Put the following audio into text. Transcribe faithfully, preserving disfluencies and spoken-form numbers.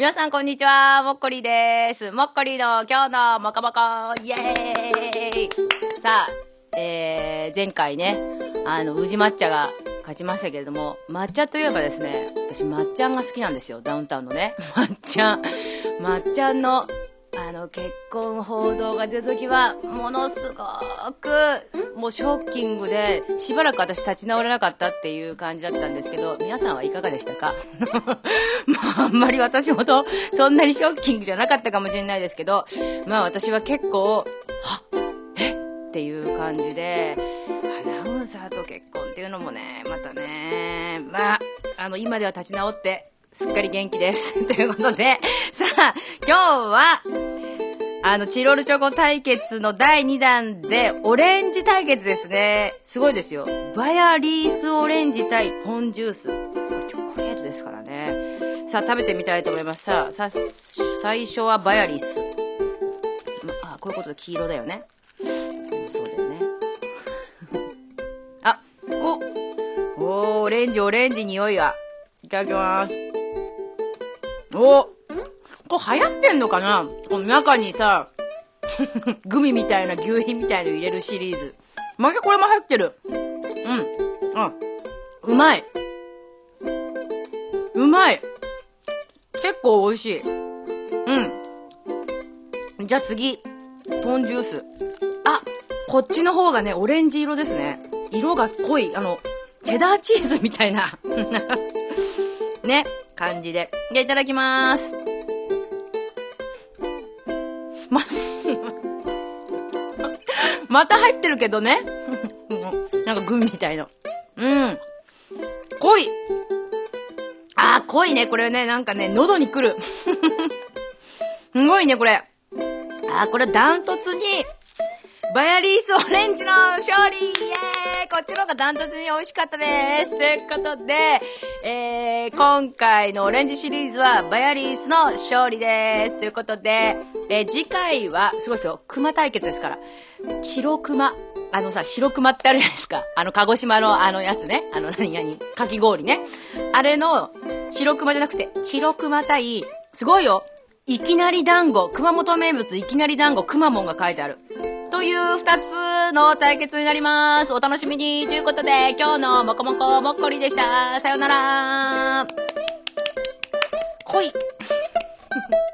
皆さんこんにちは、もっこりです。もっこりの今日のもこもこイエーイ。さあ、えー、前回ね、あの宇治抹茶が勝ちましたけれども、抹茶といえばですね、私抹茶が好きなんですよ。ダウンタウンのね、抹茶抹茶のあの結婚報道が出た時はものすごくもうショッキングで、しばらく私立ち直れなかったっていう感じだったんですけど、皆さんはいかがでしたか？まああんまり私ほどそんなにショッキングじゃなかったかもしれないですけど、まあ私は結構はっえっていう感じで、アナウンサーと結婚っていうのもね、またね、まああの今では立ち直ってすっかり元気ですということで、さあ今日はあのチロルチョコ対決のだいにだんでオレンジ対決ですね。すごいですよ。バヤリースオレンジ対ポンジュース、これチョコレートですからね。さあ食べてみたいと思います。さあさ最初はバヤリース、あ、こういうことで黄色だよね。そうだよね。あ、おおオレンジオレンジ匂いが。いただきます。お、これ流行ってんのかな、この中にさグミみたいな牛皮みたいの入れるシリーズ。またこれも入ってる。うん、あ、うまい、うまい、結構美味しい。うん。じゃあ次ポンジュース。あ、こっちの方がねオレンジ色ですね。色が濃い、あのチェダーチーズみたいなね感じで。じゃあいただきます。ままた入ってるけどねなんかグミみたいの。うん、濃い。あー濃いねこれね。なんかね喉にくるすごいねこれ。あーこれダントツにバヤリースオレンジの勝利。イエーイ。こっちの方がダントツに美味しかったです。ということで、えー、今回のオレンジシリーズはバヤリースの勝利です。ということで、えー、次回はすごいですよ、熊対決ですから。白熊、あのさ白熊ってあるじゃないですか、あの鹿児島のあのやつね、あの何々かき氷ね、あれの白熊じゃなくて白熊対、すごいよ、いきなり団子、熊本名物いきなり団子くまモンが書いてあるという二つの対決になります。お楽しみに。ということで今日のもこもこもっこりでした。さようなら。来い